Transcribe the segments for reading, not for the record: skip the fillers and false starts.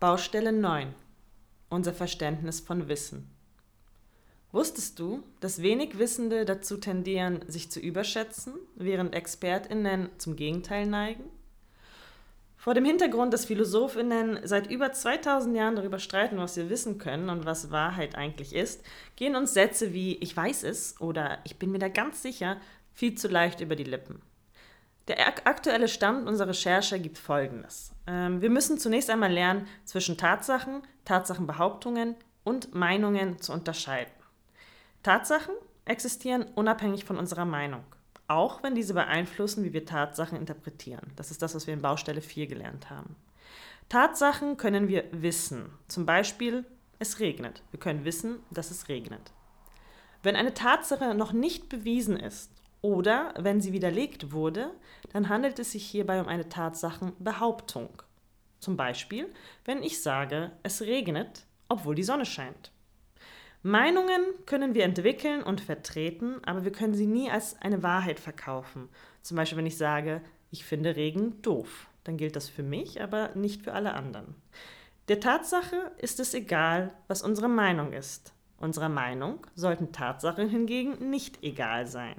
Baustelle 9. Unser Verständnis von Wissen. Wusstest du, dass wenig Wissende dazu tendieren, sich zu überschätzen, während ExpertInnen zum Gegenteil neigen? Vor dem Hintergrund, dass PhilosophInnen seit über 2000 Jahren darüber streiten, was wir wissen können und was Wahrheit eigentlich ist, gehen uns Sätze wie „ich weiß es" oder „ich bin mir da ganz sicher" viel zu leicht über die Lippen. Der aktuelle Stand unserer Recherche gibt Folgendes. Wir müssen zunächst einmal lernen, zwischen Tatsachen, Tatsachenbehauptungen und Meinungen zu unterscheiden. Tatsachen existieren unabhängig von unserer Meinung, auch wenn diese beeinflussen, wie wir Tatsachen interpretieren. Das ist das, was wir in Baustelle 4 gelernt haben. Tatsachen können wir wissen, zum Beispiel, es regnet. Wir können wissen, dass es regnet. Wenn eine Tatsache noch nicht bewiesen ist oder wenn sie widerlegt wurde, dann handelt es sich hierbei um eine Tatsachenbehauptung. Zum Beispiel, wenn ich sage, es regnet, obwohl die Sonne scheint. Meinungen können wir entwickeln und vertreten, aber wir können sie nie als eine Wahrheit verkaufen. Zum Beispiel, wenn ich sage, ich finde Regen doof, dann gilt das für mich, aber nicht für alle anderen. Der Tatsache ist es egal, was unsere Meinung ist. Unserer Meinung sollten Tatsachen hingegen nicht egal sein.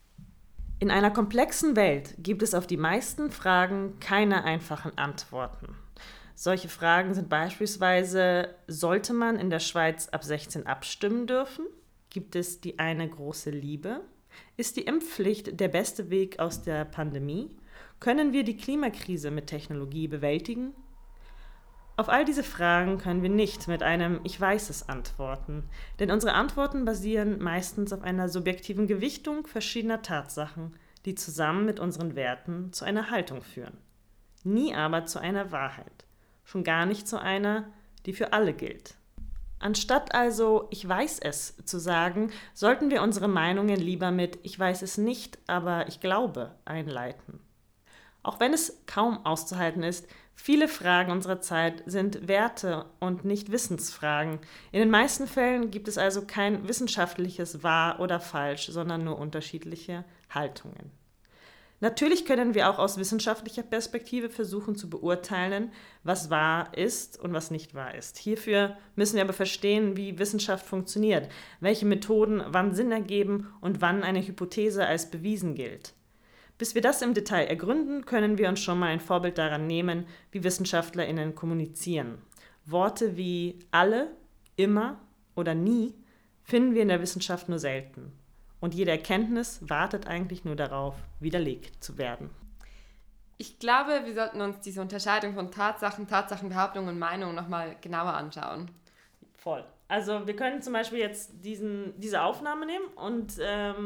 In einer komplexen Welt gibt es auf die meisten Fragen keine einfachen Antworten. Solche Fragen sind beispielsweise, sollte man in der Schweiz ab 16 abstimmen dürfen? Gibt es die eine große Liebe? Ist die Impfpflicht der beste Weg aus der Pandemie? Können wir die Klimakrise mit Technologie bewältigen? Auf all diese Fragen können wir nicht mit einem „Ich weiß es" antworten, denn unsere Antworten basieren meistens auf einer subjektiven Gewichtung verschiedener Tatsachen, die zusammen mit unseren Werten zu einer Haltung führen. Nie aber zu einer Wahrheit. Schon gar nicht zu einer, die für alle gilt. Anstatt also „ich weiß es" zu sagen, sollten wir unsere Meinungen lieber mit „ich weiß es nicht, aber ich glaube" einleiten. Auch wenn es kaum auszuhalten ist, viele Fragen unserer Zeit sind Werte- und nicht Wissensfragen. In den meisten Fällen gibt es also kein wissenschaftliches wahr oder falsch, sondern nur unterschiedliche Haltungen. Natürlich können wir auch aus wissenschaftlicher Perspektive versuchen zu beurteilen, was wahr ist und was nicht wahr ist. Hierfür müssen wir aber verstehen, wie Wissenschaft funktioniert, welche Methoden wann Sinn ergeben und wann eine Hypothese als bewiesen gilt. Bis wir das im Detail ergründen, können wir uns schon mal ein Vorbild daran nehmen, wie WissenschaftlerInnen kommunizieren. Worte wie alle, immer oder nie finden wir in der Wissenschaft nur selten. Und jede Erkenntnis wartet eigentlich nur darauf, widerlegt zu werden. Ich glaube, wir sollten uns diese Unterscheidung von Tatsachen, Tatsachenbehauptungen und Meinungen nochmal genauer anschauen. Voll. Also wir können zum Beispiel jetzt diese Aufnahme nehmen und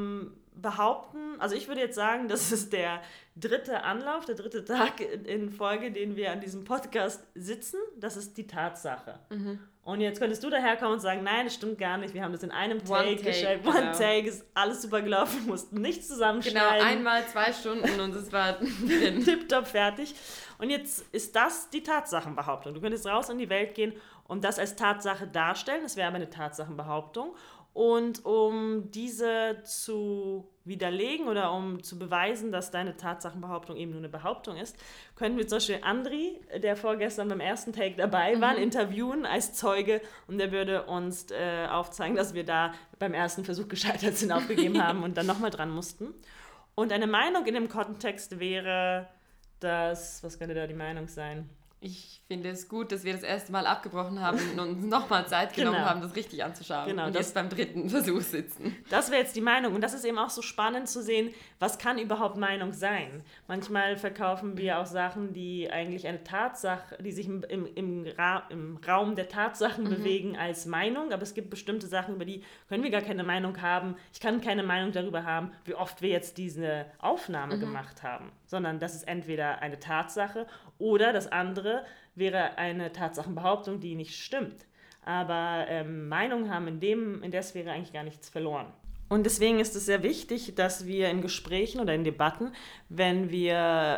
behaupten, also ich würde jetzt sagen, das ist der dritte Anlauf, der dritte Tag in Folge, den wir an diesem Podcast sitzen. Das ist die Tatsache. Und jetzt könntest du daherkommen und sagen, nein, das stimmt gar nicht, wir haben das in einem Take gestellt. One Take, ist alles super gelaufen, wir mussten nichts zusammenschneiden. Genau, einmal 2 Stunden und es war drin. Tipptopp fertig. Und jetzt ist das die Tatsachenbehauptung. Du könntest raus in die Welt gehen und das als Tatsache darstellen, das wäre aber eine Tatsachenbehauptung. Und um diese zu widerlegen oder um zu beweisen, dass deine Tatsachenbehauptung eben nur eine Behauptung ist, können wir zum Beispiel Andri, der vorgestern beim ersten Take dabei war, interviewen als Zeuge und der würde uns aufzeigen, dass wir da beim ersten Versuch gescheitert sind, aufgegeben haben und dann nochmal dran mussten. Und eine Meinung in dem Kontext wäre, dass, was könnte da die Meinung sein? Ich finde es gut, dass wir das erste Mal abgebrochen haben und uns nochmal Zeit genommen haben, das richtig anzuschauen. Genau, und jetzt beim dritten Versuch sitzen. Das wäre jetzt die Meinung. Und das ist eben auch so spannend zu sehen, was kann überhaupt Meinung sein. Manchmal verkaufen wir auch Sachen, die eigentlich eine Tatsache, die sich im Raum der Tatsachen bewegen als Meinung. Aber es gibt bestimmte Sachen, über die können wir gar keine Meinung haben. Ich kann keine Meinung darüber haben, wie oft wir jetzt diese Aufnahme gemacht haben. Sondern das ist entweder eine Tatsache oder das andere wäre eine Tatsachenbehauptung, die nicht stimmt. Aber Meinungen haben in der Sphäre eigentlich gar nichts verloren. Und deswegen ist es sehr wichtig, dass wir in Gesprächen oder in Debatten, wenn wir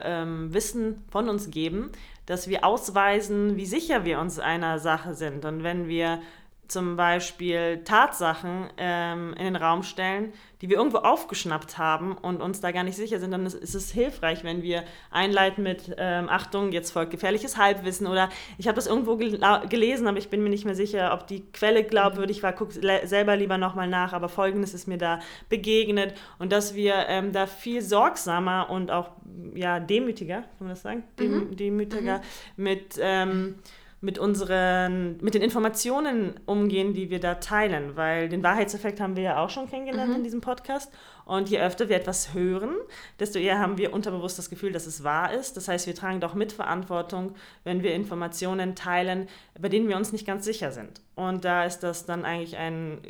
Wissen von uns geben, dass wir ausweisen, wie sicher wir uns einer Sache sind. Und wenn wir zum Beispiel Tatsachen in den Raum stellen, die wir irgendwo aufgeschnappt haben und uns da gar nicht sicher sind, dann ist es hilfreich, wenn wir einleiten mit Achtung, jetzt folgt gefährliches Halbwissen oder ich habe das irgendwo gelesen, aber ich bin mir nicht mehr sicher, ob die Quelle glaubwürdig war, guck selber lieber nochmal nach, aber Folgendes ist mir da begegnet und dass wir da viel sorgsamer und auch demütiger, kann man das sagen? Demütiger mit den Informationen umgehen, die wir da teilen, weil den Wahrheitseffekt haben wir ja auch schon kennengelernt in diesem Podcast und je öfter wir etwas hören, desto eher haben wir unterbewusst das Gefühl, dass es wahr ist. Das heißt, wir tragen doch Mitverantwortung, wenn wir Informationen teilen, bei denen wir uns nicht ganz sicher sind. Und da ist das dann eigentlich ein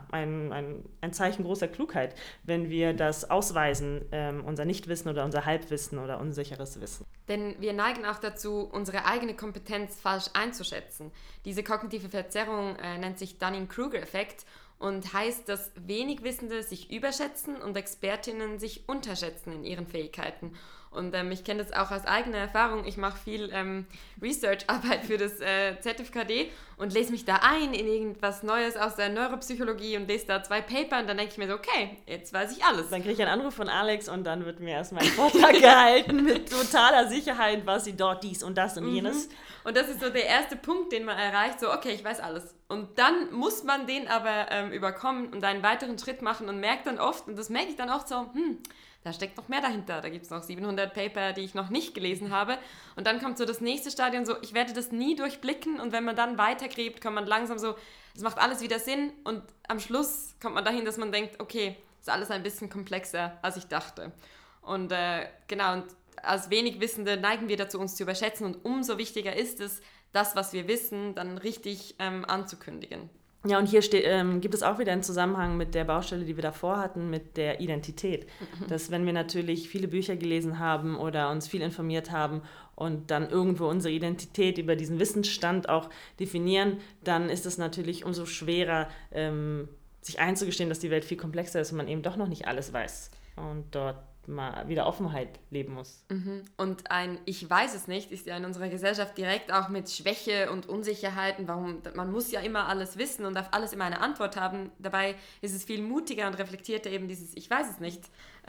Zeichen großer Klugheit, wenn wir das ausweisen, unser Nichtwissen oder unser Halbwissen oder unsicheres Wissen. Denn wir neigen auch dazu, unsere eigene Kompetenz falsch einzuschätzen. Diese kognitive Verzerrung nennt sich Dunning-Kruger-Effekt und heißt, dass wenig Wissende sich überschätzen und Expertinnen sich unterschätzen in ihren Fähigkeiten. Und ich kenne das auch aus eigener Erfahrung. Ich mache viel Research-Arbeit für das ZFKD und lese mich da ein in irgendwas Neues aus der Neuropsychologie und lese da 2 Paper und dann denke ich mir so, okay, jetzt weiß ich alles. Dann kriege ich einen Anruf von Alex und dann wird mir erstmal ein Vortrag gehalten mit totaler Sicherheit, was sie dort dies und das und jenes. Und das ist so der erste Punkt, den man erreicht, so okay, ich weiß alles. Und dann muss man den aber überkommen und einen weiteren Schritt machen und merkt dann oft, und das merke ich dann auch so, da steckt noch mehr dahinter. Da gibt es noch 700 Paper, die ich noch nicht gelesen habe. Und dann kommt so das nächste Stadium, so ich werde das nie durchblicken. Und wenn man dann weitergräbt, kommt man langsam so, es macht alles wieder Sinn. Und am Schluss kommt man dahin, dass man denkt, okay, ist alles ein bisschen komplexer, als ich dachte. Und und als wenig Wissende neigen wir dazu, uns zu überschätzen. Und umso wichtiger ist es, das, was wir wissen, dann richtig anzukündigen. Ja, und hier gibt es auch wieder einen Zusammenhang mit der Baustelle, die wir davor hatten, mit der Identität. Dass wenn wir natürlich viele Bücher gelesen haben oder uns viel informiert haben und dann irgendwo unsere Identität über diesen Wissensstand auch definieren, dann ist es natürlich umso schwerer, sich einzugestehen, dass die Welt viel komplexer ist und man eben doch noch nicht alles weiß und dort mal wieder Offenheit leben muss. Und ein Ich weiß es nicht ist ja in unserer Gesellschaft direkt auch mit Schwäche und Unsicherheiten, man muss ja immer alles wissen und auf alles immer eine Antwort haben. Dabei ist es viel mutiger und reflektierter eben dieses Ich weiß es nicht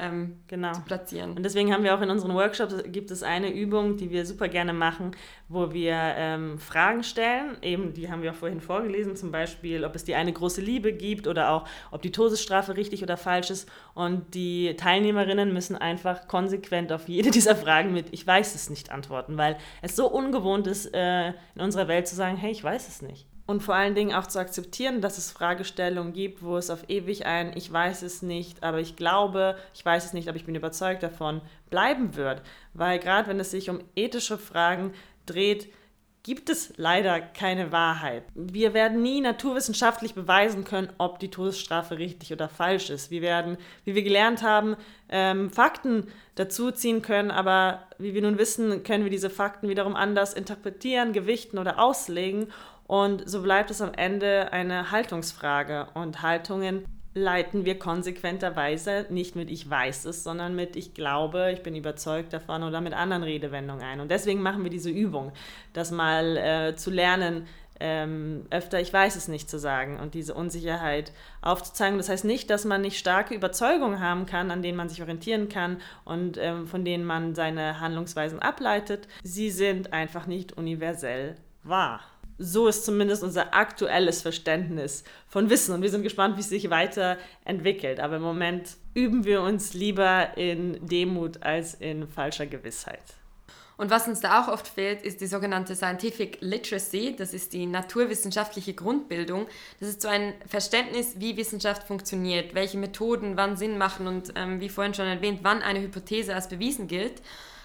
zu platzieren. Und deswegen haben wir auch in unseren Workshops, gibt es eine Übung, die wir super gerne machen, wo wir Fragen stellen, eben die haben wir auch vorhin vorgelesen, zum Beispiel, ob es die eine große Liebe gibt oder auch, ob die Todesstrafe richtig oder falsch ist und die Teilnehmerinnen müssen einfach konsequent auf jede dieser Fragen mit Ich weiß es nicht antworten, weil es so ungewohnt ist, in unserer Welt zu sagen, hey, ich weiß es nicht. Und vor allen Dingen auch zu akzeptieren, dass es Fragestellungen gibt, wo es auf ewig ein Ich weiß es nicht, aber ich glaube, ich weiß es nicht, aber ich bin überzeugt davon, bleiben wird. Weil gerade wenn es sich um ethische Fragen dreht, gibt es leider keine Wahrheit. Wir werden nie naturwissenschaftlich beweisen können, ob die Todesstrafe richtig oder falsch ist. Wir werden, wie wir gelernt haben, Fakten dazu ziehen können, aber wie wir nun wissen, können wir diese Fakten wiederum anders interpretieren, gewichten oder auslegen. Und so bleibt es am Ende eine Haltungsfrage. Und Haltungen leiten wir konsequenterweise nicht mit Ich weiß es, sondern mit Ich glaube, ich bin überzeugt davon oder mit anderen Redewendungen ein. Und deswegen machen wir diese Übung, das mal zu lernen, öfter Ich weiß es nicht zu sagen und diese Unsicherheit aufzuzeigen. Das heißt nicht, dass man nicht starke Überzeugungen haben kann, an denen man sich orientieren kann und von denen man seine Handlungsweisen ableitet. Sie sind einfach nicht universell wahr. So ist zumindest unser aktuelles Verständnis von Wissen und wir sind gespannt, wie es sich weiterentwickelt. Aber im Moment üben wir uns lieber in Demut als in falscher Gewissheit. Und was uns da auch oft fehlt, ist die sogenannte Scientific Literacy. Das ist die naturwissenschaftliche Grundbildung. Das ist so ein Verständnis, wie Wissenschaft funktioniert, welche Methoden wann Sinn machen und wie vorhin schon erwähnt, wann eine Hypothese als bewiesen gilt.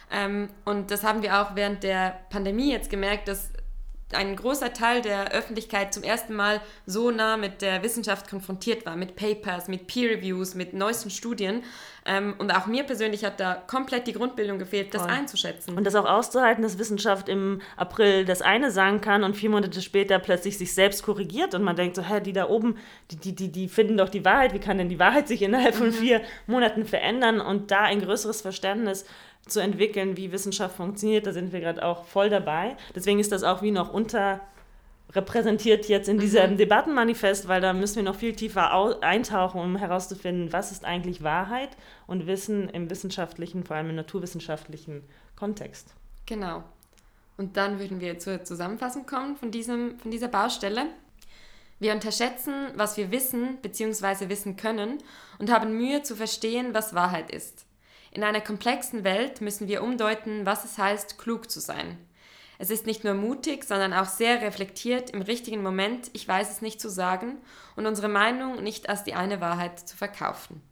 Und das haben wir auch während der Pandemie jetzt gemerkt, dass ein großer Teil der Öffentlichkeit zum ersten Mal so nah mit der Wissenschaft konfrontiert war, mit Papers, mit Peer-Reviews, mit neuesten Studien. Und auch mir persönlich hat da komplett die Grundbildung gefehlt, das einzuschätzen. Und das auch auszuhalten, dass Wissenschaft im April das eine sagen kann und 4 Monate später plötzlich sich selbst korrigiert und man denkt so, die da oben, die finden doch die Wahrheit, wie kann denn die Wahrheit sich innerhalb von 4 Monaten verändern und da ein größeres Verständnis zu entwickeln, wie Wissenschaft funktioniert, da sind wir gerade auch voll dabei. Deswegen ist das auch wie noch repräsentiert jetzt in diesem Debattenmanifest, weil da müssen wir noch viel tiefer eintauchen, um herauszufinden, was ist eigentlich Wahrheit und Wissen im wissenschaftlichen, vor allem im naturwissenschaftlichen Kontext. Genau. Und dann würden wir zur Zusammenfassung kommen von dieser Baustelle. Wir unterschätzen, was wir wissen bzw. wissen können und haben Mühe zu verstehen, was Wahrheit ist. In einer komplexen Welt müssen wir umdeuten, was es heißt, klug zu sein. Es ist nicht nur mutig, sondern auch sehr reflektiert, im richtigen Moment, ich weiß es nicht zu sagen und unsere Meinung nicht als die eine Wahrheit zu verkaufen.